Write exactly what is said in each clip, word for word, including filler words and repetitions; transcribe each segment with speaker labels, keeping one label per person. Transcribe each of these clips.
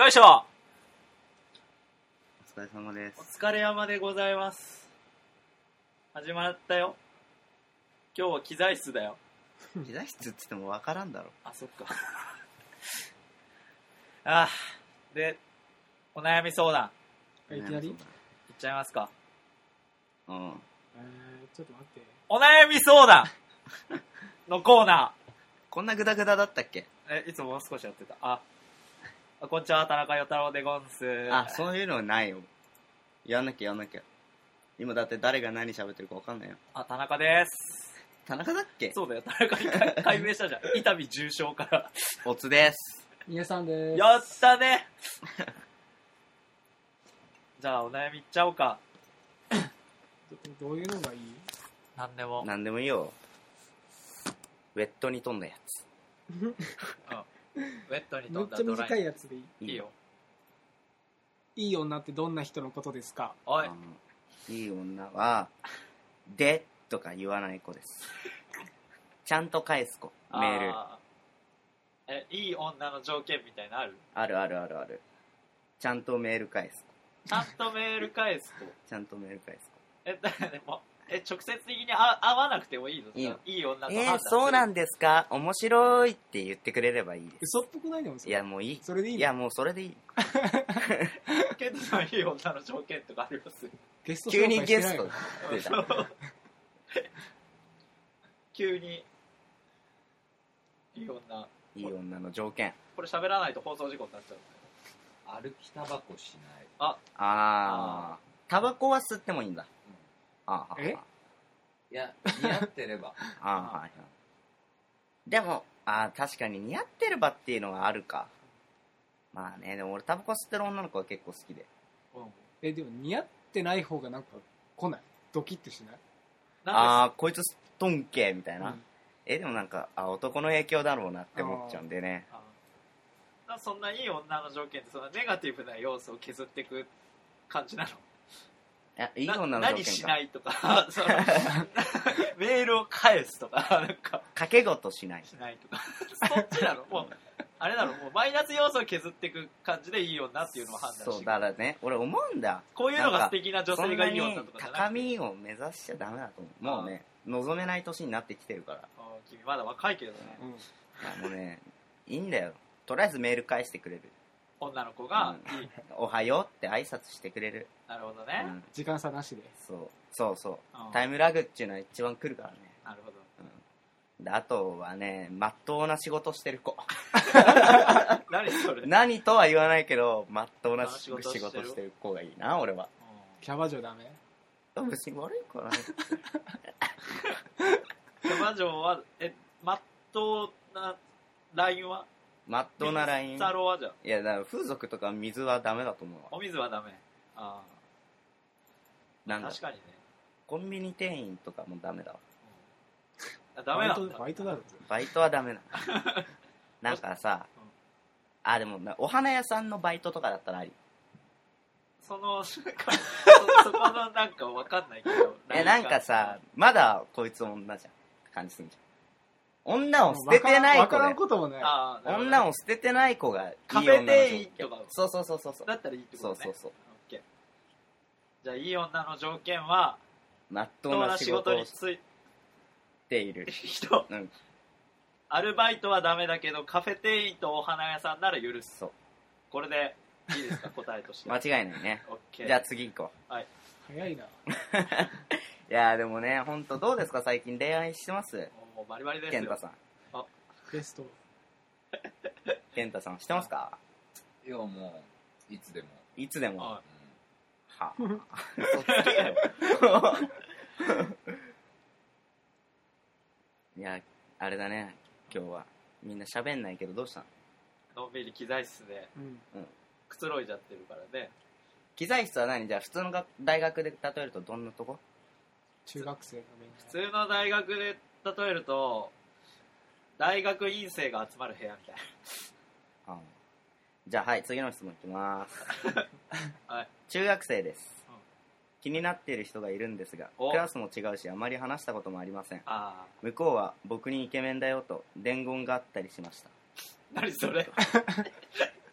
Speaker 1: よいしょ。
Speaker 2: お疲れ様です。
Speaker 1: お疲れ山でございます。始まったよ。今日は機材室だよ。
Speaker 2: 機材室っつっても分からんだろ。
Speaker 1: あ、そっか。あ、で、お悩み相談
Speaker 3: いきなり
Speaker 1: いっちゃいますか。
Speaker 2: うん。
Speaker 3: えー、ちょっと待って。
Speaker 1: お悩み相談のコーナ
Speaker 2: こんなグダグダだったっけ？
Speaker 1: ー。え、いつももう少しやってた。あ、あこんにちは、田中与太郎でゴンス。
Speaker 2: あ、そういうのないよ。やんなきゃやんなきゃ。今だって誰が何喋ってるか分かんないよ。
Speaker 1: あ、田中です。
Speaker 2: 田中だっけ？
Speaker 1: そうだよ、田中に解解明したじゃん。伊丹重症から。
Speaker 2: おつです。
Speaker 3: 皆さんでーす。
Speaker 1: やったね。じゃあお悩みいっちゃおうか。
Speaker 3: ど, どういうのがいい？
Speaker 1: なんでも。
Speaker 2: なんでもいいよ。ウェットに飛んだやつ。
Speaker 1: うん、ウェットに
Speaker 3: めっ
Speaker 1: 飛んだ
Speaker 3: ちゃ短いやつでいい？
Speaker 1: いいよ。
Speaker 3: いい女ってどんな人のことですか？
Speaker 1: おい。
Speaker 2: いい女は、でとか言わない子です。ちゃんと返す子。メール。
Speaker 1: え、いい女の条件みたいなのある？
Speaker 2: あるあるあるある。ちゃんとメール返す子。
Speaker 1: ちゃんとメール返す子。
Speaker 2: ちゃんとメール返す
Speaker 1: え、だでも、え、直接的にあ会わなくてもいいの？
Speaker 2: いいの。
Speaker 1: いい女と
Speaker 2: 子。
Speaker 1: 判断する。
Speaker 2: えー、そうなんですか？面白いって言ってくれればいいです。
Speaker 3: 嘘っぽくないの？
Speaker 2: いや、もういい。
Speaker 3: それでいいの？
Speaker 2: いや、もうそれでいい。
Speaker 1: ケントさん、いい女の条件とかあります？
Speaker 3: ゲスト
Speaker 2: 急に
Speaker 3: 紹介してない
Speaker 2: ゲスト出た。
Speaker 1: 急にいい女。
Speaker 2: いい女の条件。
Speaker 1: これ喋らないと放送事故になっちゃう。
Speaker 4: 歩きタバコしない。
Speaker 1: あ
Speaker 2: あー、タバコは吸ってもいいんだ。
Speaker 4: うん、
Speaker 2: あー
Speaker 3: え
Speaker 4: いや、似合ってれば。
Speaker 2: あー、はいはい。でも、あー、確かに似合ってればっていうのはあるか。まあね、でも俺タバコ吸ってる女の子は結構好きで。
Speaker 1: うん。
Speaker 3: え、でも似合ってない方がなんか来ない？ドキッとしない？
Speaker 1: あ
Speaker 2: あー、こいつ吸っとんけみたいな。
Speaker 3: うん、
Speaker 2: え、でもなんか、あ、男の影響だろうなって思っちゃうんでね。
Speaker 1: ああそんないい女の条件ってそのネガティブな要素を削っていく感じなの？
Speaker 2: いや、いい女の条件か。
Speaker 1: 何しないとかそのメールを返すとかなんか
Speaker 2: 掛け事しない。
Speaker 1: しないとかそっちなの？もうあれなの？もうマイナス要素を削っていく感じでいい女っていうのを判断していく。
Speaker 2: そう、だからね、俺思うんだ。
Speaker 1: こういうのが素敵な女性がいい女とかじゃなくて、
Speaker 2: 高みを目指しちゃダメだと思う。もうね、望めない年になってきてるから。
Speaker 1: あ君まだ若いけどね、
Speaker 3: うん、
Speaker 2: いやもうね、いいんだよ。とりあえずメール返してくれる。
Speaker 1: 女の子がいい、
Speaker 2: うん、おはようって挨拶してくれる。
Speaker 1: なるほどね、
Speaker 3: うん、時間差なしで。
Speaker 2: そうそうそう、
Speaker 1: うん、
Speaker 2: タイムラグっていうのは一番来るからね。
Speaker 1: なるほど、
Speaker 2: うん、であとはね、まっとうな仕事してる子
Speaker 1: 何それ？
Speaker 2: 何とは言わないけど、まっとうな仕
Speaker 1: 仕事
Speaker 2: 事
Speaker 1: してる
Speaker 2: してる子がいいな、俺は。
Speaker 3: キャバ嬢ダメ？
Speaker 2: 別に悪いからね。
Speaker 1: キャバ嬢はえまっとうなラインは
Speaker 2: まっとうなライン。
Speaker 1: 水太郎はじゃあ
Speaker 2: いや、だから風俗とか水はダメだと思うわ。
Speaker 1: お水はダメ。ああ
Speaker 2: なんだ
Speaker 1: 確かにね、
Speaker 2: コンビニ店員とかもダメだわ。
Speaker 1: あダメなんだ。
Speaker 3: バイトだろ。
Speaker 2: バイトはダメなの。なんかさ、あ、でもなお花屋さんのバイトとかだったらあり。
Speaker 1: そのそ, そこのなんかわかんないけど
Speaker 2: え、なんかさ、まだこいつ女じゃん感じすんじゃん。女を捨ててない子
Speaker 3: わからん
Speaker 2: で、
Speaker 3: こともない。
Speaker 1: ああ
Speaker 2: 女を捨ててない子がいい
Speaker 1: カ
Speaker 2: 女の
Speaker 1: フェ店員とか
Speaker 2: そうそうそうそうそう。
Speaker 1: だったらいいってことね。
Speaker 2: そうそうそう。
Speaker 1: オッケー。じゃあいい女の条件は
Speaker 2: まっと
Speaker 1: ど
Speaker 2: うんな仕
Speaker 1: な仕事
Speaker 2: 事をし
Speaker 1: につい
Speaker 2: ている
Speaker 1: てる人、
Speaker 2: うん、
Speaker 1: アルバイトはダメだけどカフェ店員とお花屋さんなら許す。
Speaker 2: そう
Speaker 1: これでいいですか？答えとして
Speaker 2: 間違いないね。
Speaker 1: オッケー。
Speaker 2: じゃあ次行こう。
Speaker 1: はい。
Speaker 3: 早いな。
Speaker 2: いやーでもね、ほんとどうですか最近恋愛してます？
Speaker 1: もうバリバリですよ。
Speaker 2: 健太さん。
Speaker 3: ゲスト。
Speaker 2: 健太さんしてますか？
Speaker 4: いや、もう、いつでも。
Speaker 2: いつでも。
Speaker 1: は
Speaker 2: はぁ。嘘つけよ。いや、あれだね、今日は。みんな喋んないけどどうしたの？
Speaker 1: のんびり機材室で
Speaker 3: うん。
Speaker 1: くつろいじゃってるからね。
Speaker 2: 機材室は何？じゃあ普通のが大学で例えるとどんなとこ？
Speaker 3: 中学生の勉
Speaker 1: 普通の大学で例えると大学院生が集まる部屋みたい
Speaker 2: ああじゃあはい次の質問いきます、
Speaker 1: はい、
Speaker 2: 中学生です、
Speaker 1: うん、
Speaker 2: 気になっている人がいるんですがクラスも違うしあまり話したこともありません。
Speaker 1: あ
Speaker 2: 向こうは僕にイケメンだよと伝言があったりしました。
Speaker 1: 何それ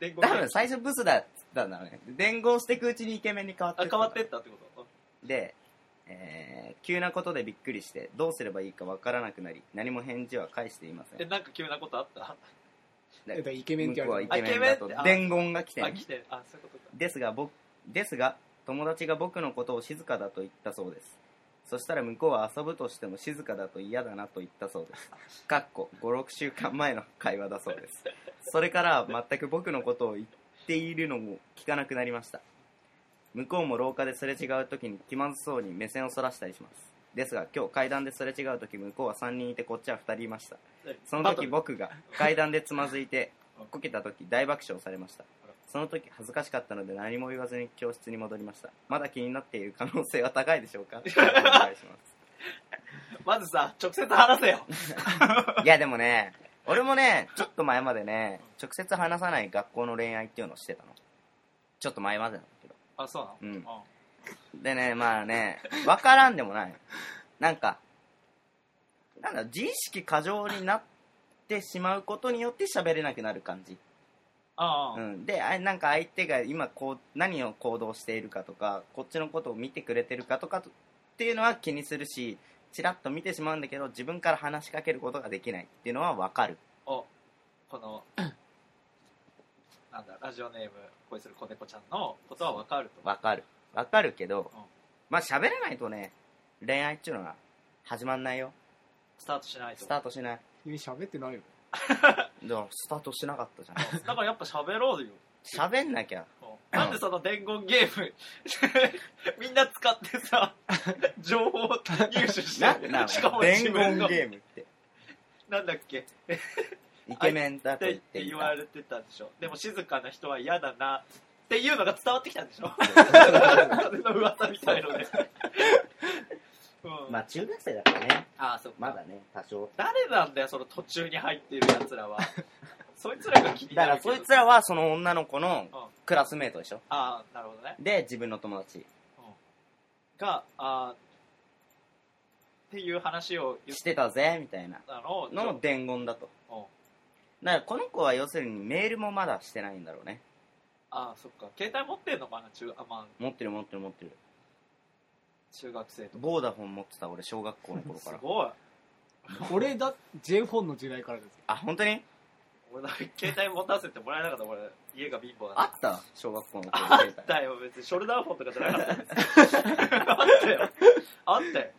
Speaker 1: 伝言
Speaker 2: 多分最初ブスだったんだろうね。伝言していくうちにイケメンに変わって
Speaker 1: あ、
Speaker 2: った
Speaker 1: 変わってったってこと
Speaker 2: で、えー急なことでびっくりしてどうすればいいかわからなくなり何も返事は返していませ
Speaker 1: え、
Speaker 2: ん。
Speaker 1: なんか急なことあった
Speaker 3: だからイケメンって言われ
Speaker 2: 向こうはイ
Speaker 3: て
Speaker 2: ケメンだと
Speaker 1: あイケメンって
Speaker 2: 伝言が来て
Speaker 1: あ、
Speaker 2: ね
Speaker 1: 来て、あ、そういうことか。
Speaker 2: ですが僕ですが友達が僕のことを静かだと言ったそうです。そしたら向こうは遊ぶとしても静かだと嫌だなと言ったそうです。かっこご、ろくしゅうかんまえの会話だそうです。それからは全く僕のことを言っているのも聞かなくなりました。向こうも廊下ですれ違う時に気まずそうに目線をそらしたりします。ですが今日階段ですれ違う時向こうはさんにんいてこっちはふたりいました。その時僕が階段でつまずいてこけた時大爆笑されました。その時恥ずかしかったので何も言わずに教室に戻りました。まだ気になっている可能性は高いでしょうか？お願いしま
Speaker 1: まずさ、直接話せよ。
Speaker 2: す。いやでもね、俺もね、ちょっと前までね、直接話さない学校の恋愛っていうのをしてたの。ちょっと前までなんだけど。
Speaker 1: あ、そうなの
Speaker 2: うんでね、まあね、わからんでもない。なんか、なんだ、自意識過剰になってしまうことによって喋れなくなる感じ。
Speaker 1: ああ、
Speaker 2: うん、であなんか相手が今こう何を行動しているかとかこっちのことを見てくれてるかとかとっていうのは気にするしチラッと見てしまうんだけど自分から話しかけることができないっていうのは分かる。
Speaker 1: お、この、なんだ、ラジオネーム、恋する子猫ちゃんのことはわかると。
Speaker 2: 分かる分かるけど、
Speaker 1: うん
Speaker 2: まあ喋れないとね恋愛っていうのは始まんないよ。
Speaker 1: スタートしないと。
Speaker 2: スタートしない。
Speaker 3: 君喋ってないよ。
Speaker 2: だからスタートしなかったじゃん。
Speaker 1: だからやっぱ喋ろうよ。
Speaker 2: 喋んなきゃ。
Speaker 1: うんなんでその伝言ゲームみんな使ってさ情報を入手して
Speaker 2: なんなの
Speaker 1: しかも
Speaker 2: 伝言
Speaker 1: 自分の
Speaker 2: ゲームって
Speaker 1: なんだっけ
Speaker 2: イケメンだと
Speaker 1: って
Speaker 2: 言ってい
Speaker 1: 言
Speaker 2: た
Speaker 1: われてたんでしょ。でも静かな人は嫌だなっていうのが伝わってきたんでしょ。風の噂みたいので、うん、
Speaker 2: まあ中学生だからね
Speaker 1: ああそうか
Speaker 2: まだね多少
Speaker 1: 誰なんだよその途中に入っているやつらは。そいつらが気に
Speaker 2: だ
Speaker 1: なるけど
Speaker 2: からそいつらはその女の子の
Speaker 1: うん
Speaker 2: クラスメートでしょ。
Speaker 1: ああなるほどね、
Speaker 2: で自分の友達
Speaker 1: うん、があーっていう話を言っ
Speaker 2: してたぜみたいな
Speaker 1: たのを
Speaker 2: の伝言だと。
Speaker 1: うん
Speaker 2: だからこの子は要するにメールもまだしてないんだろうね。
Speaker 1: ああそっか携帯持ってんのかな中あ、まあ、
Speaker 2: 持ってる持ってる持ってる。
Speaker 1: 中学生とか
Speaker 2: ボーダフォン持ってた俺小学校の頃から。
Speaker 1: すごい。
Speaker 3: 俺だ、J フォンの時代からですよ。
Speaker 2: あ本当に
Speaker 1: 俺だ携帯持たせてもらえなかった俺家が貧乏だ
Speaker 2: あった小学校の頃
Speaker 1: あ
Speaker 2: 携帯
Speaker 1: ったよ別にショルダーフォンとかじゃなかったですあったよあったよ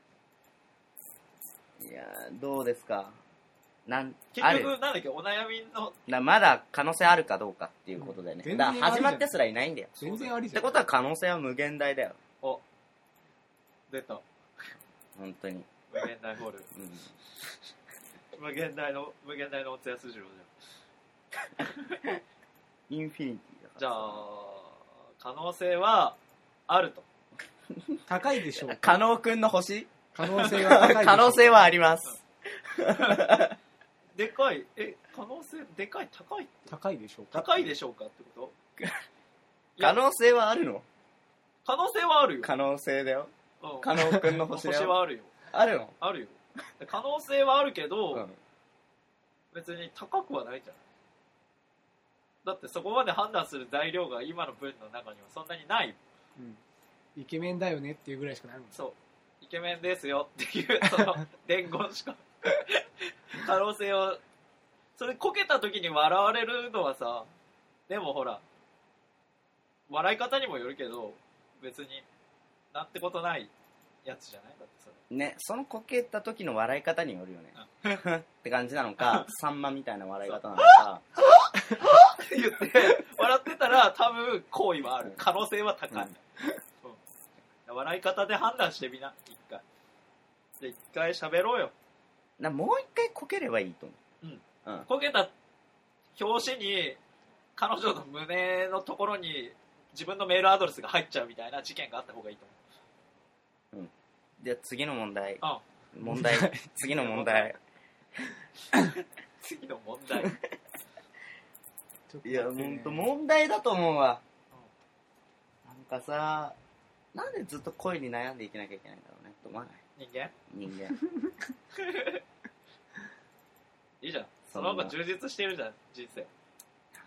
Speaker 2: いやーどうですか。なん
Speaker 1: 結
Speaker 2: ある
Speaker 1: 局なんだっけお悩みの
Speaker 2: なまだ可能性あるかどうかっていうことでね。
Speaker 3: 全然
Speaker 2: だから始まってすらいないんだよ。
Speaker 3: 全然ありじゃん。
Speaker 2: ってことは可能性は無限大だよ。
Speaker 1: お出た
Speaker 2: 本当に。
Speaker 1: 無限大ホール
Speaker 2: うん
Speaker 1: 無限大の無限大のおつやすじろう
Speaker 2: インフィニティだから。
Speaker 1: じゃんじゃあ可能性はあると
Speaker 3: 高いでしょう。
Speaker 2: 加納くんの星
Speaker 3: 可能性は高いでしょう。
Speaker 2: 可能性はあります。
Speaker 1: でかいえ可能性でかい高い
Speaker 3: 高いでしょうか。
Speaker 1: 高いでしょうかってこと
Speaker 2: 可能性はあるの
Speaker 1: 可能性はあるよ
Speaker 2: 可能性だよ。
Speaker 1: うん
Speaker 2: 加納くんの星だよ。
Speaker 1: 星はあるよ
Speaker 2: あるの
Speaker 1: あるよ可能性はあるけど、
Speaker 2: うん。
Speaker 1: 別に高くはないじゃない。だってそこまで判断する材料が今の文の中にはそんなにない。
Speaker 3: うん。イケメンだよねっていうぐらいしかないもん。
Speaker 1: そうイケメンですよっていうその伝言しか可能性をそれこけた時に笑われるのはさでもほら笑い方にもよるけど別になんてことないやつじゃないだってそれ
Speaker 2: ね、そのこけた時の笑い方によるよね。って感じなのか、さんまみたいな笑い方なのか。
Speaker 1: って言って笑ってたら多分好意はある可能性は高い、
Speaker 2: うん
Speaker 1: うん、笑い方で判断してみな一回で一回喋ろうよ
Speaker 2: なもう一回こければいいと思う。
Speaker 1: うん。
Speaker 2: うん。
Speaker 1: こけた表紙に彼女の胸のところに自分のメールアドレスが入っちゃうみたいな事件があった方がいいと
Speaker 2: じゃあ次の問題。
Speaker 1: 思う
Speaker 2: 問題。次の問題。
Speaker 1: うん次の問題
Speaker 3: ちょっと
Speaker 2: いや、
Speaker 3: 待ってね
Speaker 2: ほんと問題だと思うわ。なんかさ、なんでずっと恋に悩んでいけなきゃいけないんだろうねって思わない
Speaker 1: 人間
Speaker 2: 人間。
Speaker 1: いいじゃんその方が充実してるじゃん人生
Speaker 2: なんか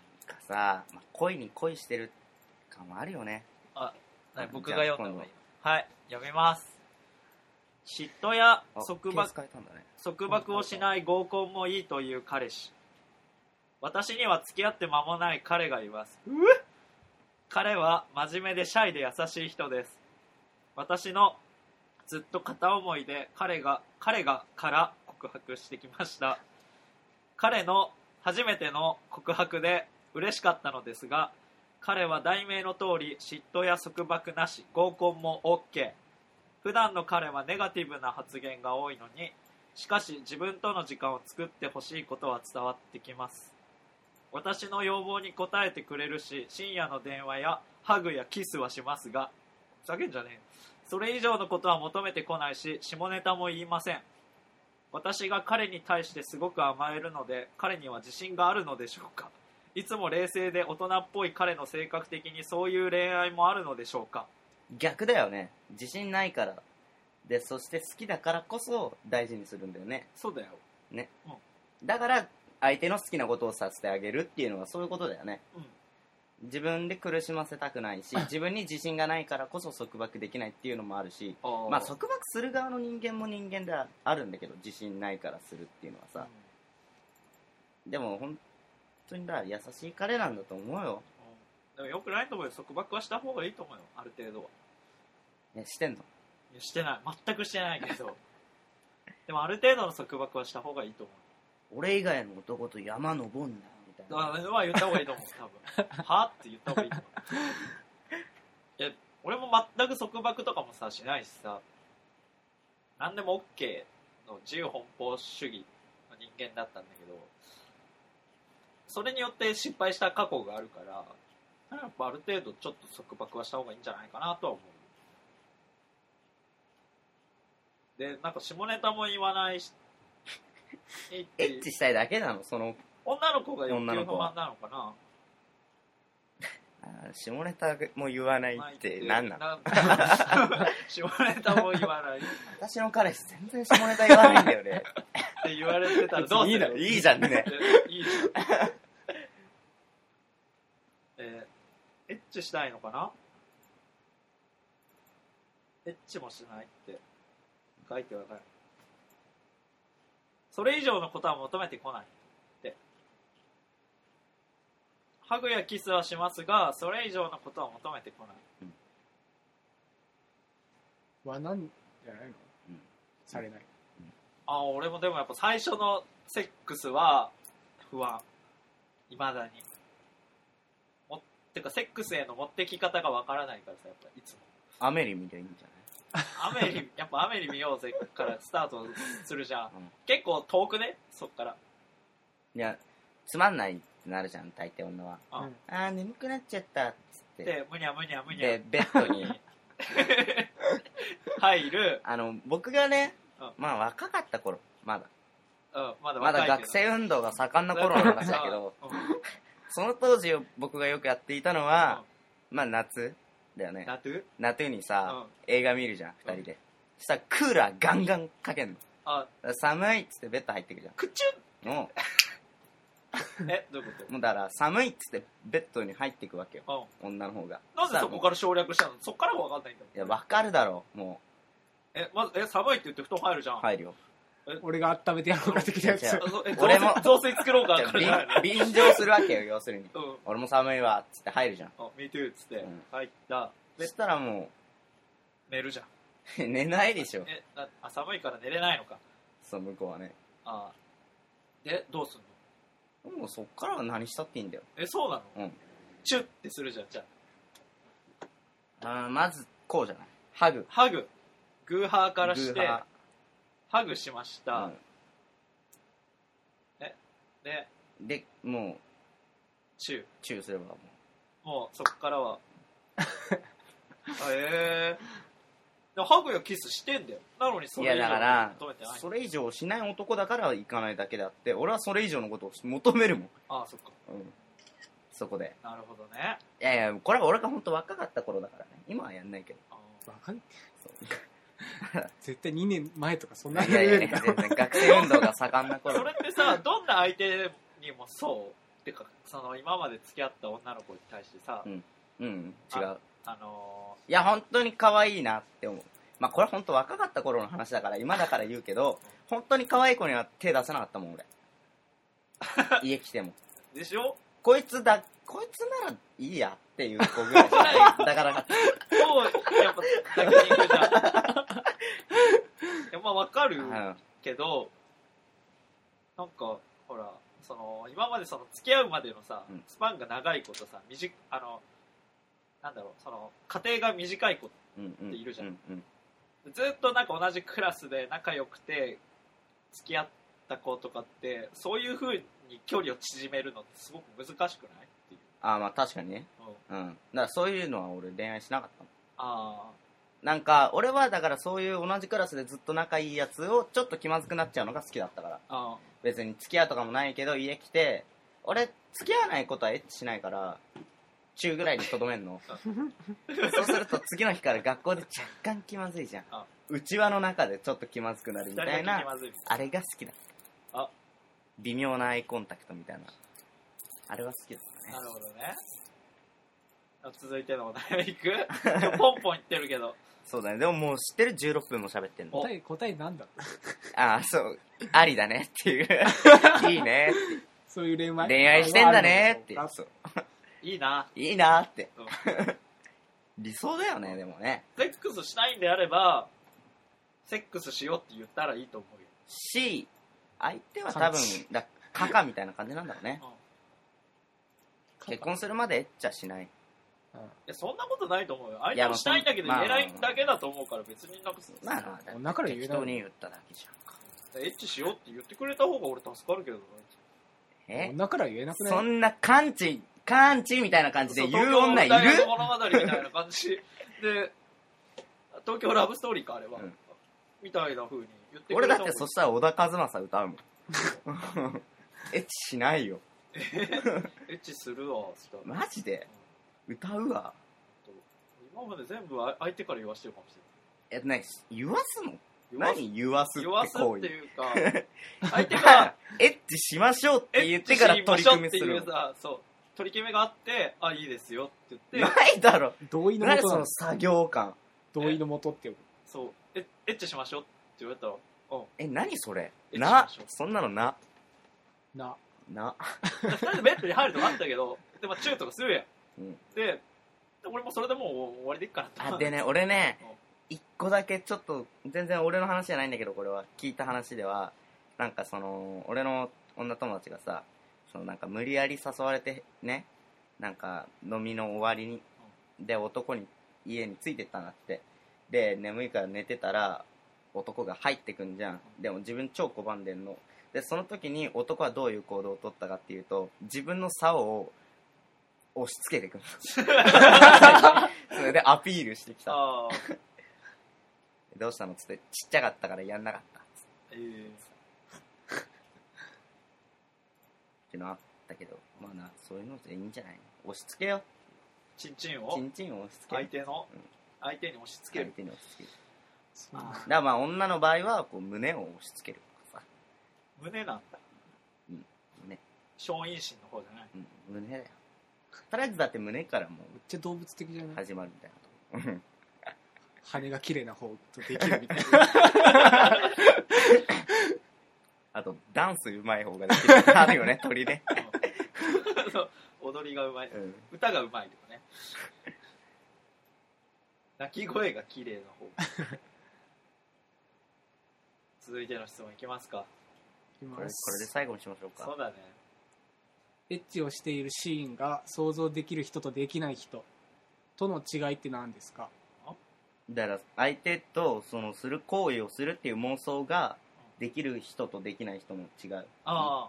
Speaker 2: さ、まあ、恋に恋してる感はあるよね。
Speaker 1: あ、
Speaker 2: うん
Speaker 1: 僕が読んだ方がいい
Speaker 2: じゃ
Speaker 1: の。はい、読みます。嫉妬や
Speaker 2: あ
Speaker 1: 束縛
Speaker 2: ケース変えたんだね。
Speaker 1: 束縛をしない合コンもいいという彼氏。私には付き合って間もない彼がいます。彼は真面目でシャイで優しい人です。私のずっと片思いで彼が彼がから告白してきました。彼の初めての告白で嬉しかったのですが、彼は題名の通り嫉妬や束縛なし、合コンも OK。 普段の彼はネガティブな発言が多いのに、しかし自分との時間を作ってほしいことは伝わってきます。私の要望に応えてくれるし、深夜の電話やハグやキスはしますが、ふざけんじゃねえよ。それ以上のことは求めてこないし、下ネタも言いません。私が彼に対してすごく甘えるので、彼には自信があるのでしょうか。いつも冷静で大人っぽい彼の性格的にそういう恋愛もあるのでしょうか。
Speaker 2: 逆だよね。自信ないからで、そして好きだからこそ大事にするんだよね。
Speaker 1: そうだよ
Speaker 2: ね、
Speaker 1: うん、
Speaker 2: だから相手の好きなことをさせてあげるっていうのはそういうことだよね、
Speaker 1: うん、
Speaker 2: 自分で苦しませたくないし、自分に自信がないからこそ束縛できないっていうのもあるし、
Speaker 1: あ
Speaker 2: まあ束縛する側の人間も人間ではあるんだけど、自信ないからするっていうのはさ、うん、でも本当にだ優しい彼なんだと思うよ、
Speaker 1: うん、でもよくないと思うよ。束縛はした方がいいと思うよ、ある程度は。
Speaker 2: ね、してんの？
Speaker 1: いやしてない、全くしてないけどでもある程度の束縛はした方がいいと思う。
Speaker 2: 俺以外の男と山登んなみたいな。
Speaker 1: あまあ言った方がいいと思う、多分はって言った方がいいと思う。いや俺も全く束縛とかもさしないしさ、何でも OK の自由奔放主義の人間だったんだけど、それによって失敗した過去があるから、やっぱある程度ちょっと束縛はした方がいいんじゃないかなとは思う。でなんか下ネタも言わないし
Speaker 2: エッチしたいだけなの、その
Speaker 1: 女の子が欲求不満なのかな。
Speaker 2: あ下ネタも言わないって何なの？
Speaker 1: 下ネタも言わない
Speaker 2: 私の彼氏全然下ネタ言わないんだよね
Speaker 1: って言われてたらどうする？
Speaker 2: いいだろ、いいじゃんね
Speaker 1: いいじゃんえー、エッチしたいのかな。エッチもしないって書いてわかる。それ以上のことは求めてこないって。ハグやキスはしますが、それ以上のことは求めてこない。
Speaker 3: うん、はなんじゃないの、
Speaker 2: うん、
Speaker 3: されない、
Speaker 1: うん、あ俺もでもやっぱ最初のセックスは不安、いまだに。もってかセックスへの持ってき方がわからないからさ、やっぱいつも
Speaker 2: アメリ見りゃいいんじゃない？
Speaker 1: アメリやっぱアメリ見ようぜからスタートするじゃん、うん、結構遠くね、そっから。
Speaker 2: いやつまんないってなるじゃん大抵女は。
Speaker 1: あ
Speaker 2: あー眠くなっちゃったっつって
Speaker 1: でむにゃむにゃむにゃ
Speaker 2: でベッドに
Speaker 1: 入る。
Speaker 2: あの僕がね、
Speaker 1: うん、
Speaker 2: まあ若かった頃、まだ、
Speaker 1: うん、まだ
Speaker 2: まだ学生運動が盛んな頃の話だけど、うん、その当時僕がよくやっていたのは、うん、まあ夏だよね。
Speaker 1: 夏
Speaker 2: 夏にさ、
Speaker 1: うん、
Speaker 2: 映画見るじゃんふたりで、うん、そしたらクーラーガンガンかけんの。
Speaker 1: あ
Speaker 2: 寒いっつってベッド入ってくるじゃん。
Speaker 1: くちゅん
Speaker 2: も
Speaker 1: うえどういうこと？
Speaker 2: もうだから寒いっつってベッドに入っていくわけよ、
Speaker 1: うん、
Speaker 2: 女の方が。
Speaker 1: なんでそこから省略したの？そっからが分かんないんだ。
Speaker 2: いや分かるだろうも
Speaker 1: う。えまずえ寒いって言って布団入るじゃん。
Speaker 2: 入るよ。
Speaker 3: 俺が温めてやろうか的なやつ。
Speaker 2: 俺も
Speaker 1: 雑炊作ろうかからじゃないの？
Speaker 2: 便乗するわけよ要するに、
Speaker 1: うん、
Speaker 2: 俺も寒いわっつって入るじゃん。
Speaker 1: あ Me too っつって、うん、入った
Speaker 2: そしたらもう
Speaker 1: 寝るじゃ
Speaker 2: ん寝ないでしょ。
Speaker 1: えあ寒いから寝れないのか。
Speaker 2: そう向こうはね。
Speaker 1: あでどうすんの？
Speaker 2: もうそっからは何したっていいんだよ。
Speaker 1: えそうなの？
Speaker 2: うん
Speaker 1: チュッてするじゃん。じゃ
Speaker 2: ああまずこうじゃない、ハグ
Speaker 1: ハググーハーからしてハグしました、うん、えで
Speaker 2: でもう
Speaker 1: チュー
Speaker 2: チューすればも
Speaker 1: うもうそっからはあえー、でハグやキスしてんだよ。なのにそれ以上
Speaker 2: いやだから
Speaker 1: 求めてない。
Speaker 2: それ以上しない男だから行かないだけであって、俺はそれ以上のことを求めるもん。
Speaker 1: ああそっか、
Speaker 2: うん、そこで。
Speaker 1: なるほどね。
Speaker 2: いやいやこれは俺が本当若かった頃だからね、今はやんないけど。
Speaker 3: 若い絶対にねんまえとかそんなに
Speaker 2: いやいや全然学生運動が盛んな頃。
Speaker 1: それってさどんな相手にもそてかその今まで付き合った女の子に対してさ、
Speaker 2: うんうん違う。
Speaker 1: あの
Speaker 2: いや本当に可愛いなって思う。まあこれ本当若かった頃の話だから今だから言うけど、本当に可愛い子には手出さなかったもん俺。家来ても
Speaker 1: ーでしょ。
Speaker 2: こいつだこいつならいいやっていう子ぐらいしかだからか
Speaker 1: もうやっぱ抱きに行くじゃん。いやまあわかる
Speaker 2: うん
Speaker 1: けど、なんかほらその今までその付き合うまでのさ、
Speaker 2: うん
Speaker 1: スパンが長い子とさ、短あのなんだろうその家庭が短い子
Speaker 2: うんうん
Speaker 1: っているじゃん
Speaker 2: うんうん
Speaker 1: ずっとなんか同じクラスで仲良くて付き合った子とかってそういう風に距離を縮めるのってすごく難しくないっていう、
Speaker 2: ああまあ確かにね。
Speaker 1: うん、
Speaker 2: うんだからそういうのは俺恋愛しなかったもん。
Speaker 1: あ
Speaker 2: なんか俺はだからそういう同じクラスでずっと仲いいやつをちょっと気まずくなっちゃうのが好きだったから。
Speaker 1: ーあ
Speaker 2: 別に付き合うとかもないけど家来て俺付き合わないことはエッチしないから中ぐらいにとどめんのそうすると次の日から学校で若干気まずいじゃん。
Speaker 1: あ
Speaker 2: 内輪の中でちょっと気まずくなる
Speaker 1: ー二人だけ気
Speaker 2: みたいな
Speaker 1: まずい
Speaker 2: あれが好きだ。
Speaker 1: あ
Speaker 2: 微妙なアイコンタクトみたいなあれは好きだったね。
Speaker 1: なるほどね。続いてのお題いく今日ポンポン言ってるけど
Speaker 2: そうだね。でももう知ってるじゅうろっぷんも喋ってんの。
Speaker 3: 答え答えなんだった
Speaker 2: ああそうありだねっていういいねって
Speaker 3: そういう恋愛
Speaker 2: 恋愛してんだねって
Speaker 3: あ
Speaker 2: そう
Speaker 1: いいない
Speaker 2: いなって
Speaker 1: うん
Speaker 2: 理想だよね。でもね
Speaker 1: セックスしたいんであればセックスしようって言ったらいいと思うよ。
Speaker 2: し相手は多分だカカみたいな感じなんだろうね。結婚するまでエッチはしない。
Speaker 1: いやそんなことないと思うよ。相
Speaker 2: いや
Speaker 1: 手もしたいんだけど言
Speaker 2: まあ
Speaker 1: えないだけだと思うから別になんか
Speaker 2: まあ
Speaker 3: 女から言えない
Speaker 2: 適当に言っただけじゃんか。
Speaker 1: エッチしようって言ってくれた方が俺助かるけどな。
Speaker 2: え
Speaker 3: 女から言えなくない
Speaker 2: そんな感知感知みたいな感じで言う女いる？
Speaker 1: 東京物語みたいな感じで東京ラブストーリーかあれは、
Speaker 2: うん
Speaker 1: みたいな風に言ってく
Speaker 2: 俺
Speaker 1: れた方が
Speaker 2: だってそしたら小田和正歌うもんエッチしないよ
Speaker 1: エッチするわそしたら
Speaker 2: マジで歌うわ。
Speaker 1: 今まで全部相手から言わしてるかもし
Speaker 2: えっとね言わすの
Speaker 1: れない
Speaker 2: 何言わすって
Speaker 1: 言わす
Speaker 2: 行為
Speaker 1: っていうか相手が
Speaker 2: エッチしましょうって言ってから取り組みする
Speaker 1: エッチしましょうっていうさそう取り決めがあってあいいですよって言って
Speaker 2: ないだろ。
Speaker 3: 同意のも
Speaker 2: 何その
Speaker 3: となの
Speaker 2: 作業感。
Speaker 3: 同意のもとっていう
Speaker 1: そうえエッチしましょうって言われたらうん
Speaker 2: え何それ
Speaker 1: エッチし
Speaker 2: な
Speaker 1: ましょう
Speaker 2: そんなのな
Speaker 3: な
Speaker 2: な
Speaker 1: ふたりでベッドに入るとかあったけどで、まあ、チューとかするやん、
Speaker 2: うん
Speaker 1: でで俺もそれでもう終わりでいっかなと
Speaker 2: あでね俺ね
Speaker 1: うん
Speaker 2: 一個だけちょっと全然俺の話じゃないんだけどこれは聞いた話ではなんかその俺の女友達がさそのなんか無理やり誘われてねなんか飲みの終わりにで男に家についてったんだってで眠いから寝てたら男が入ってくんじゃん。でも自分超拒んでんのでその時に男はどういう行動を取ったかっていうと自分の竿を押し付けてくるそれでアピールしてきた。
Speaker 1: ああ
Speaker 2: どうしたのっつってちっちゃかったからやんなかったっつって
Speaker 1: ええ
Speaker 2: ってのあったけどまあなそういうのでいいんじゃないの。押し付けよ
Speaker 1: チンチンを
Speaker 2: チンチンを押し付け
Speaker 1: 相手の、
Speaker 2: うん
Speaker 1: 相手に押し付け
Speaker 2: 相
Speaker 1: る
Speaker 2: 手に押し付ける。
Speaker 3: そうなんだ
Speaker 2: だからまあ女の場合はこう胸を押し付けるとかさ、
Speaker 1: 胸なんだ
Speaker 2: 胸、
Speaker 1: 小陰唇の方じゃない
Speaker 2: うん、胸だよ。とりあえずだって胸からも
Speaker 3: めっちゃ動物的じゃ
Speaker 2: う
Speaker 3: ない
Speaker 2: 始まるみたいなとこ
Speaker 3: 羽が綺麗な方とできるみたいな
Speaker 2: あとダンスうまい方ができるあるよね鳥ね、
Speaker 1: そう踊りがうまい、
Speaker 2: うん、
Speaker 1: 歌がうまいとかね鳴き声が綺麗な方続いての質問いきますか。
Speaker 3: い
Speaker 2: これこれで
Speaker 3: ます
Speaker 2: 最後にしましょうか。
Speaker 1: そうだね
Speaker 3: エッチをしているシーンが想像できる人とできない人との違いって何ですか？
Speaker 2: だから相手とそのする行為をするっていう妄想ができる人とできない人の違う。
Speaker 1: ああ、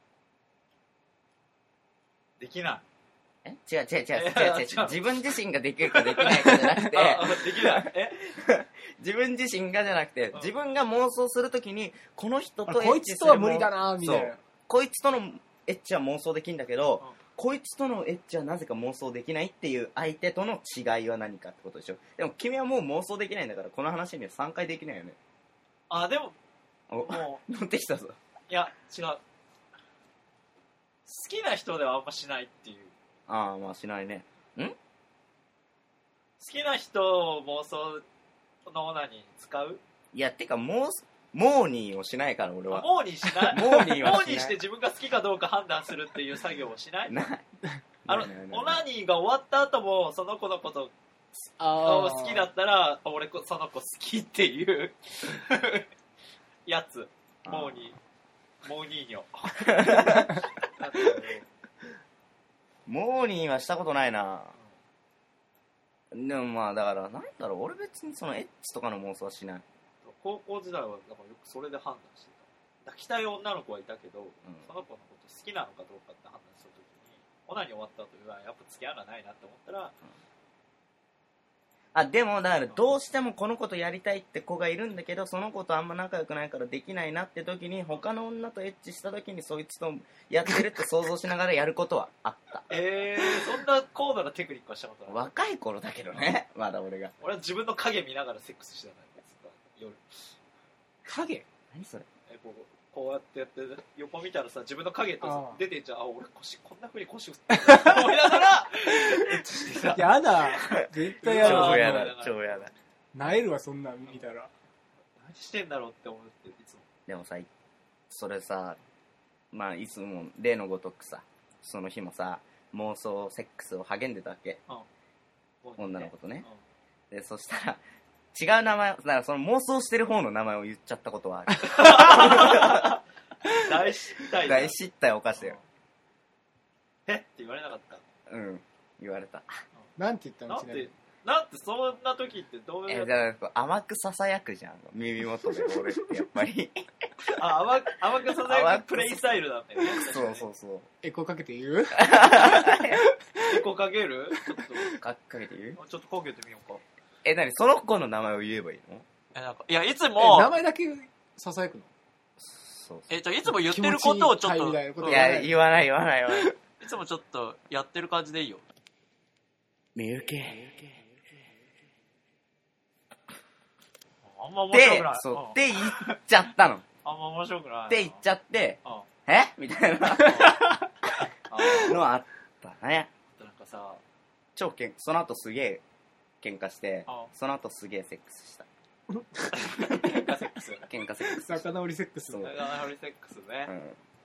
Speaker 1: できない
Speaker 2: え違う違う違う違う違う
Speaker 1: え違う
Speaker 2: 自分自身ができるかできないかじゃなくて
Speaker 1: ああできないえ
Speaker 2: 自分自身がじゃなくて自分が妄想するときにこの人とエ
Speaker 3: こい
Speaker 2: ッチする
Speaker 3: つとは無理だなみたいな。
Speaker 2: こいつとのエッチは妄想できんだけど、
Speaker 1: うん
Speaker 2: こいつとのエッチはなぜか妄想できないっていう相手との違いは何かってことでしょ。でも君はもう妄想できないんだからこの話にはさんかいできないよね。
Speaker 1: あでも
Speaker 2: お
Speaker 1: も
Speaker 2: 乗ってきたぞ。
Speaker 1: ういや違うきな人ではあんましないっていう。
Speaker 2: ああ、まあしないね。ん
Speaker 1: 好きな人を妄想のオナニーに使う？
Speaker 2: いや、てか、もう、モーニーをしないから、俺は。
Speaker 1: モーニーしない？
Speaker 2: モーニーはしない。
Speaker 1: モーニーして自分が好きかどうか判断するっていう作業をしない？
Speaker 2: ない。
Speaker 1: あの
Speaker 2: ないないない
Speaker 1: オナニーが終わった後もその子のこと
Speaker 3: あー
Speaker 1: 好きだったら俺こその子好きっていうやつ。モーニーモーニーニョ
Speaker 2: モーニーはしたことないな。でもまあ、だから、なんだろう、俺別にそのエッチとかの妄想はしない。
Speaker 1: 高校時代はだからよくそれで判断してた。抱きたい女の子はいたけど、
Speaker 2: ん
Speaker 1: その子のこと好きなのかどうかって判断した時にオナニー終わった後にはやっぱ付き合いがないなって思ったら、
Speaker 2: あ、でも、だから、どうしてもこの子とやりたいって子がいるんだけど、その子とあんま仲良くないからできないなって時に、他の女とエッチした時にそいつとやってるって想像しながらやることはあった。
Speaker 1: えー、そんな高度なテクニックはしたことない。
Speaker 2: 若い頃だけどね、まだ俺が。
Speaker 1: 俺は自分の影見ながらセックスしてたから夜。
Speaker 3: 影
Speaker 2: 何それ。
Speaker 1: えこうこうやってやって横見たらさ自分の影とさ
Speaker 3: ああ
Speaker 1: 出てんじゃん。あ俺腰こんな風に腰振ってる思いながらエッチしてさ。
Speaker 3: やだ絶対や
Speaker 2: 超
Speaker 3: だ
Speaker 2: やだ、超やだ。
Speaker 3: なえるわそんなん見たら
Speaker 1: 何してんだろうって思っていつも。
Speaker 2: でもさ、それさ、まあ、いつも例のごとくさ、その日もさ、妄想セックスを励んでたわけ。女の子とね。で、そしたら、違う名前、だからその妄想してる方の名前を言っちゃったことはある。
Speaker 1: 大失態だ。
Speaker 2: 大失態を犯したよ。
Speaker 1: えって言われなかった。
Speaker 2: うん、言われた。
Speaker 3: なんて言った
Speaker 1: なんて
Speaker 3: のちなみに
Speaker 1: なんてそんな時ってどう
Speaker 2: え、
Speaker 1: いう
Speaker 2: だからこう甘くささやくじゃん、耳元で俺ってやっぱり。
Speaker 1: あ甘く甘くささやくプレイスタイルなんだよね。
Speaker 2: そうそうそう。
Speaker 3: エコーかけて言う
Speaker 1: エコかける？ちょっ
Speaker 2: かっかけて言う？
Speaker 1: とちょっとかけてみようか。
Speaker 2: え、なにその子の名前を言えばいいの？
Speaker 1: えなんかいやいつ
Speaker 3: え
Speaker 1: も
Speaker 3: 名前だけささやくの
Speaker 2: そう
Speaker 1: えじゃあいつも言ってることをちょっ
Speaker 3: 気持ちいいみ
Speaker 1: と
Speaker 3: たいなこと
Speaker 2: そう。いや、言わない言わない言わない。
Speaker 1: いつもちょっとやってる感じでいいよ。
Speaker 2: みゆき。
Speaker 1: あんま面白
Speaker 2: で
Speaker 1: くない。、
Speaker 2: そう、
Speaker 1: ん
Speaker 2: って言っちゃったの。っ
Speaker 1: あんま面白くない。
Speaker 2: て言っちゃって、
Speaker 1: うん。うん
Speaker 2: えみたいな
Speaker 1: あ
Speaker 2: のはあったね。
Speaker 1: となんかさ、
Speaker 2: 超けん、その後すげえ喧嘩して
Speaker 1: あ、
Speaker 2: その後すげえセックスした。
Speaker 1: 喧嘩セックス。
Speaker 2: 喧嘩セックス。
Speaker 3: 仲直りセックス
Speaker 2: そう
Speaker 1: 仲直りセックスね。
Speaker 2: うん。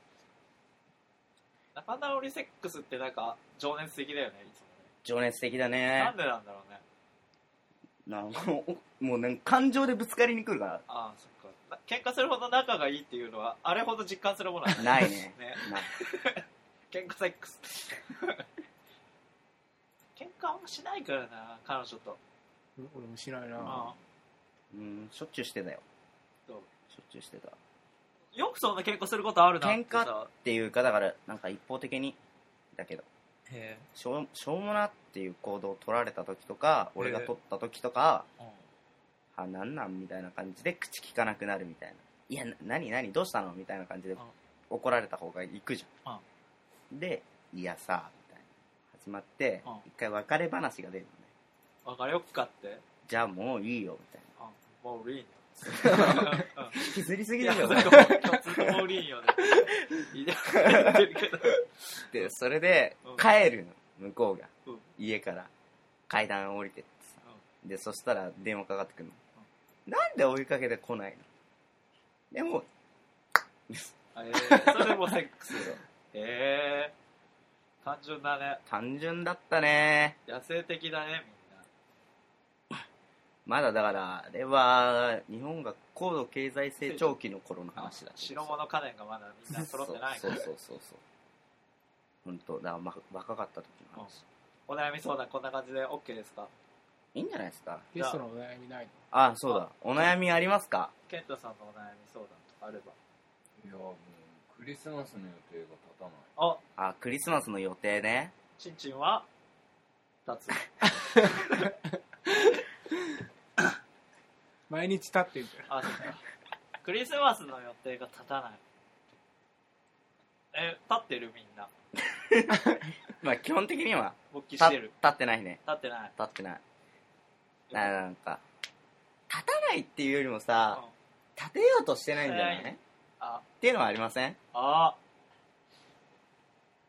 Speaker 1: 仲直りセックスってなんか情熱的だよね、いつも
Speaker 2: 情熱的だ
Speaker 1: ね。
Speaker 2: ね
Speaker 1: なん。でなんだろうね。
Speaker 2: なんかもう、もうなんか感情でぶつかりに来るか
Speaker 1: ああ、そっか。な喧嘩するほど仲がいいっていうのは、あれほど実感するものは
Speaker 2: ら。ないね。
Speaker 1: ね。
Speaker 2: ない。
Speaker 1: 喧嘩セックス。喧嘩あんましないからな、彼女と。
Speaker 3: うん俺も知らないな
Speaker 1: あ
Speaker 2: うん、しょっちゅうしてたよ。
Speaker 1: どう
Speaker 2: しょっちゅうしてた。っ
Speaker 1: あよくそんな喧嘩することあるなってさ。
Speaker 2: ていうか、だから、なんか一方的に、だけど、
Speaker 1: へ
Speaker 2: しょうしょうもなっていう行動を取られた時とか、俺が取った時とか、
Speaker 1: え。
Speaker 2: あ、なんなんみたいな感じで口聞かなくなるみたいな。いや、な何何どうしたのみたいな感じで怒られた方が行くじゃん。で、いやさ、みたいな。始まって
Speaker 1: うん、
Speaker 2: 一回別れ話が出るのね。
Speaker 1: 別れよっかって。
Speaker 2: じゃあもういいよ、みたいな。
Speaker 1: あもういいね。
Speaker 2: 引きずりす
Speaker 1: いや、
Speaker 2: ぎだよ
Speaker 1: それ。も共通のモーリーよね。いや言ってるけど。
Speaker 2: で、それで
Speaker 1: うん、
Speaker 2: 帰るの、向こうが。
Speaker 1: うん
Speaker 2: 家から階段降りてってさ。で、そしたら電話かかってくるの。なんで追いかけてこないの？でも、
Speaker 1: えー、それもセックスよ。えー、単純だね。
Speaker 2: 単純だったね。
Speaker 1: 野生的だね、みんな。
Speaker 2: まだだから、あれは、日本が高度経済成長期の頃の話だけどさ。
Speaker 1: 白物家電がまだみんな揃ってないから。
Speaker 2: そうそうそうそう。本当だから、ま、若かった時の話。
Speaker 1: お悩み相談こんな感じで OK ですか？
Speaker 2: いいんじゃないですか。
Speaker 3: ゲストのお悩みないの
Speaker 2: あ、そうだ。お悩みありますか？
Speaker 1: ケンタさんのお悩み相談とかあれば。
Speaker 4: いやもうクリスマスの予定が立たない。
Speaker 1: あ、
Speaker 2: あ、クリスマスの予定ね。
Speaker 1: ちんちんは立つ。
Speaker 3: 毎日立ってるから
Speaker 1: あ、そっか。クリスマスの予定が立たない。え、立ってるみんな。
Speaker 2: まあ基本的には、
Speaker 1: 勃起
Speaker 2: 立
Speaker 1: してる。
Speaker 2: ってないね。
Speaker 1: 立ってない。
Speaker 2: 立ってない。ななんか、立たないっていうよりもさ、
Speaker 1: うん
Speaker 2: 立てようとしてないんじゃない、
Speaker 1: はいあ、
Speaker 2: っていうのはありません？
Speaker 1: あ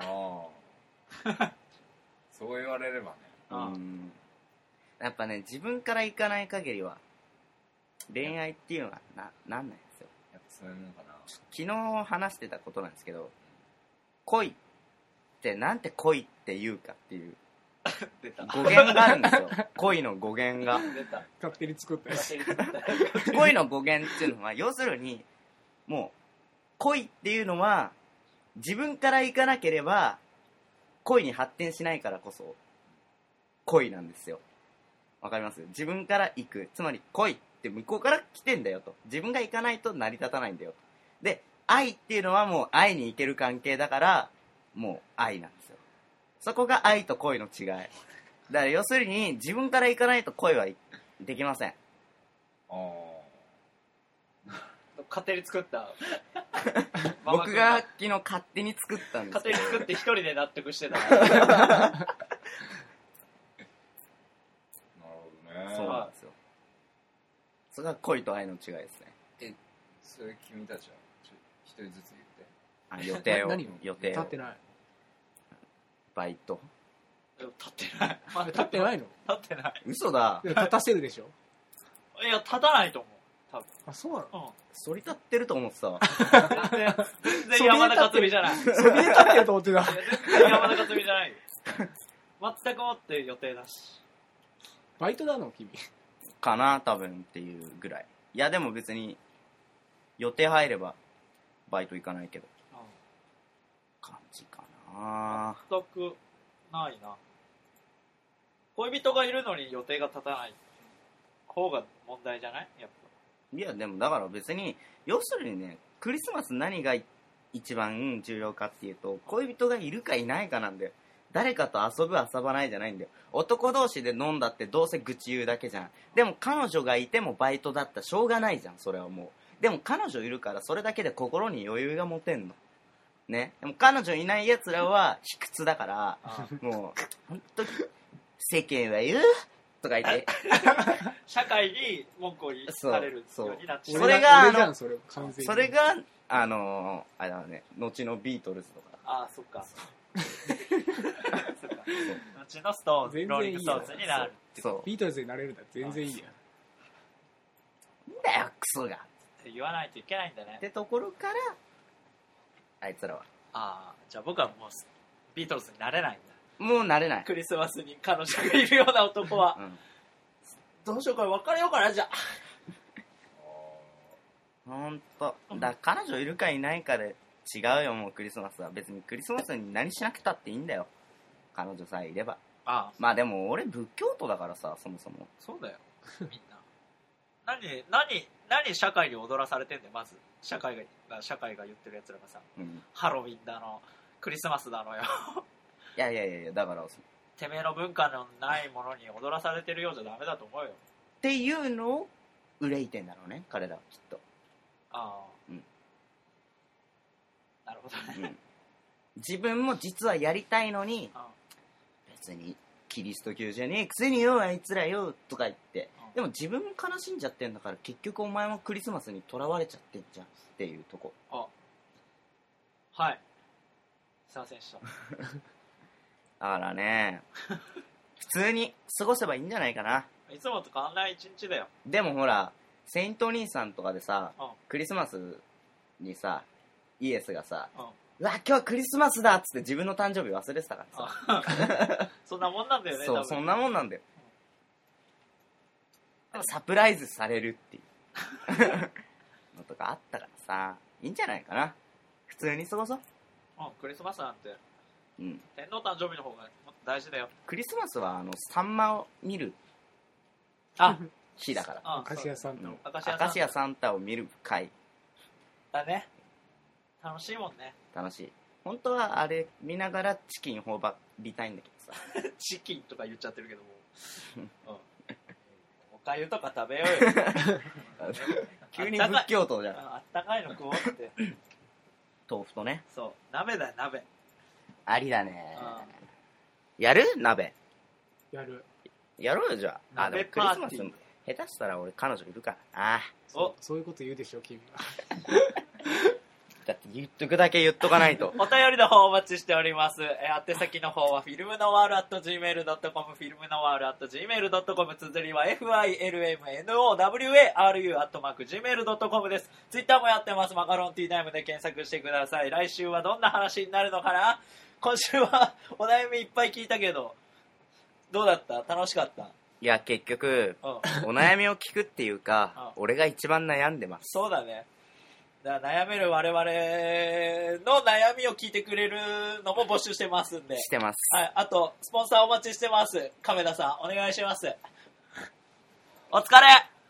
Speaker 4: ああそう言われればね。
Speaker 2: う
Speaker 1: うん
Speaker 2: んやっぱね自分から行かない限りは恋愛っていうのはななんないんですよ。
Speaker 4: やっぱそういうもんかな。
Speaker 2: 昨日話してたことなんですけど、恋ってなんて恋って言うかっていう
Speaker 1: 出た
Speaker 2: 語源があるんですよ。恋の語源が
Speaker 1: 出た
Speaker 3: 勝手に作ったやつ。
Speaker 2: 恋の語源っていうのは要するにもう恋っていうのは自分から行かなければ恋に発展しないからこそ恋なんですよ。わかります？自分から行く、つまり恋って向こうから来てんだよと、自分が行かないと成り立たないんだよ。で愛っていうのはもう愛に行ける関係だからもう愛なんですよ。そこが愛と恋の違いだから要するに自分から行かないと恋はできません。
Speaker 4: あ
Speaker 1: 勝手に作った
Speaker 2: 僕が昨日勝手に作ったんです
Speaker 1: 勝手に作って一人で納得してた
Speaker 4: あなるほどね。
Speaker 2: そうなんですよ。それが恋と愛の違いですね。
Speaker 4: それ君たちはちょ一人ずつ言って。
Speaker 2: あ予定を
Speaker 3: 何を
Speaker 2: 予定を
Speaker 3: 立ってない。
Speaker 2: バイト
Speaker 1: でも立ってない
Speaker 3: あれ立ってないの？
Speaker 1: 立ってない
Speaker 2: 嘘だ。
Speaker 3: でも立たせるでしょ。
Speaker 1: いや立たないと思う多分
Speaker 3: あ、そうなの？
Speaker 1: うん
Speaker 2: 反り立ってると思ってたわ。
Speaker 1: 全然全然山田勝美じゃないいや
Speaker 3: それで立ってると思ってた。
Speaker 1: 全然山田勝美じゃないよ全く持ってる予定だし
Speaker 3: バイトなの君。
Speaker 2: かな多分っていうぐらい。いやでも別に予定入ればバイト行かないけど感じかな。
Speaker 1: 全くないな恋人がいるのに予定が立たない方が問題じゃないやっ
Speaker 2: いやでもだから別に要するにねクリスマス何が一番重要かっていうと恋人がいるかいないかなんだよ。誰かと遊ぶ遊ばないじゃないんだよ。男同士で飲んだってどうせ愚痴言うだけじゃん。でも彼女がいてもバイトだったらしょうがないじゃんそれはもう。でも彼女いるからそれだけで心に余裕が持てんのね。でも彼女いないやつらは卑屈だから
Speaker 1: ぱ
Speaker 2: もう本当に世間は言うとか言って
Speaker 1: 社会に文句を言
Speaker 2: そう
Speaker 1: われるようになっちゃう
Speaker 2: それが
Speaker 3: 俺じゃんそれ完全に。
Speaker 2: それがあのー、あれだね後のビートルズとか
Speaker 1: ああそっかそっかうちのストーンズ
Speaker 3: 全
Speaker 1: ロー
Speaker 3: 然いいよ
Speaker 1: リングストーンズになる
Speaker 2: そう
Speaker 3: ビートルズになれるんだ全然いいや。
Speaker 2: なんだよクソが
Speaker 1: って言わないといけないんだね
Speaker 2: ってところからあいつらは
Speaker 1: ああじゃあ僕はもうビートルズになれないんだ
Speaker 2: もう慣れない、
Speaker 1: クリスマスに彼女がいるような男は
Speaker 2: うん、
Speaker 1: どうしようか別れようかなじゃあ
Speaker 2: ほんとだから彼女いるかいないかで違うよもうクリスマスは。別にクリスマスに何しなくたっていいんだよ彼女さえいれば。
Speaker 1: ああ
Speaker 2: まあでも俺仏教徒だからさそもそも
Speaker 1: そうだよみんな何何何社会に踊らされてんだよまず社会が社会が言ってるやつらがさ
Speaker 2: うん
Speaker 1: ハロウィンだのクリスマスだのよ
Speaker 2: いやいやいやいやだから
Speaker 1: てめえの文化のないものに踊らされてるようじゃダメだと思うよ
Speaker 2: っていうのを憂いてんだろうね彼らはきっと、
Speaker 1: ああ、
Speaker 2: うん
Speaker 1: なるほどね、
Speaker 2: うん、自分も実はやりたいのに
Speaker 1: あ
Speaker 2: 別にキリスト教じゃねえくせによあいつらよとか言って
Speaker 1: うん
Speaker 2: でも自分も悲しんじゃってんだから結局お前もクリスマスにとらわれちゃってんじゃんっていうとこ。
Speaker 1: あはいすいませんでした
Speaker 2: だからね普通に過ごせばいいんじゃないかな。
Speaker 1: いつもと変わんない一日だよ
Speaker 2: でもほらセイント兄さんとかでさ
Speaker 1: うん
Speaker 2: クリスマスにさイエスがさ
Speaker 1: うん
Speaker 2: うわ今日はクリスマスだっつって自分の誕生日忘れてたからさ
Speaker 1: あそんなもんなんだよね多分
Speaker 2: そうそんなもんなんだよ。サプライズされるっていうのとかあったからさいいんじゃないかな普通に過ごそう。
Speaker 1: うんクリスマスなんて
Speaker 2: うん
Speaker 1: 天皇誕生日の方がもっと大事だよ
Speaker 2: クリスマスはあのサンマを見る
Speaker 1: あ
Speaker 2: 日だから
Speaker 1: あ
Speaker 3: 明石家さんと。
Speaker 1: 明石家
Speaker 2: 明石家サンタを見る会
Speaker 1: だね楽しいもんね
Speaker 2: 楽しい。本当はあれ見ながらチキン頬張りたいんだけどさ
Speaker 1: チキンとか言っちゃってるけども、うん、おかゆとか食べようよ
Speaker 2: 急に仏教徒じゃん。
Speaker 1: あったかいの食おうって
Speaker 2: 豆腐とね
Speaker 1: そう鍋だよ鍋
Speaker 2: ありだね
Speaker 1: あ
Speaker 2: やる鍋
Speaker 3: やる。
Speaker 2: やろうよじゃあ。あでも
Speaker 1: 鍋
Speaker 2: クリスマス
Speaker 1: パーティー
Speaker 2: 下手したら俺彼女いるからな。
Speaker 3: そうそういうこと言うでしょ君は。
Speaker 2: だだって言っとくだけ言っとかないと。
Speaker 1: お便りの方お待ちしております。えー、宛先の方はフィルムノワール アットジーメールドットコム、フィルムノワール アットジーメールドットコム、綴りは フィルムノワール アットマークジーメールドットコム です。ツイッターもやってます。マカロンティータイムで検索してください。来週はどんな話になるのかな。今週はお悩みいっぱい聞いたけど、どうだった？楽しかった？
Speaker 2: いや、結局、
Speaker 1: うん、
Speaker 2: お悩みを聞くっていうか、俺が一番悩んでます。
Speaker 1: そうだね。だから悩める我々の悩みを聞いてくれるのも募集してますんで。
Speaker 2: してます。
Speaker 1: はい。あと、スポンサーお待ちしてます。亀田さん、お願いします。お疲れ。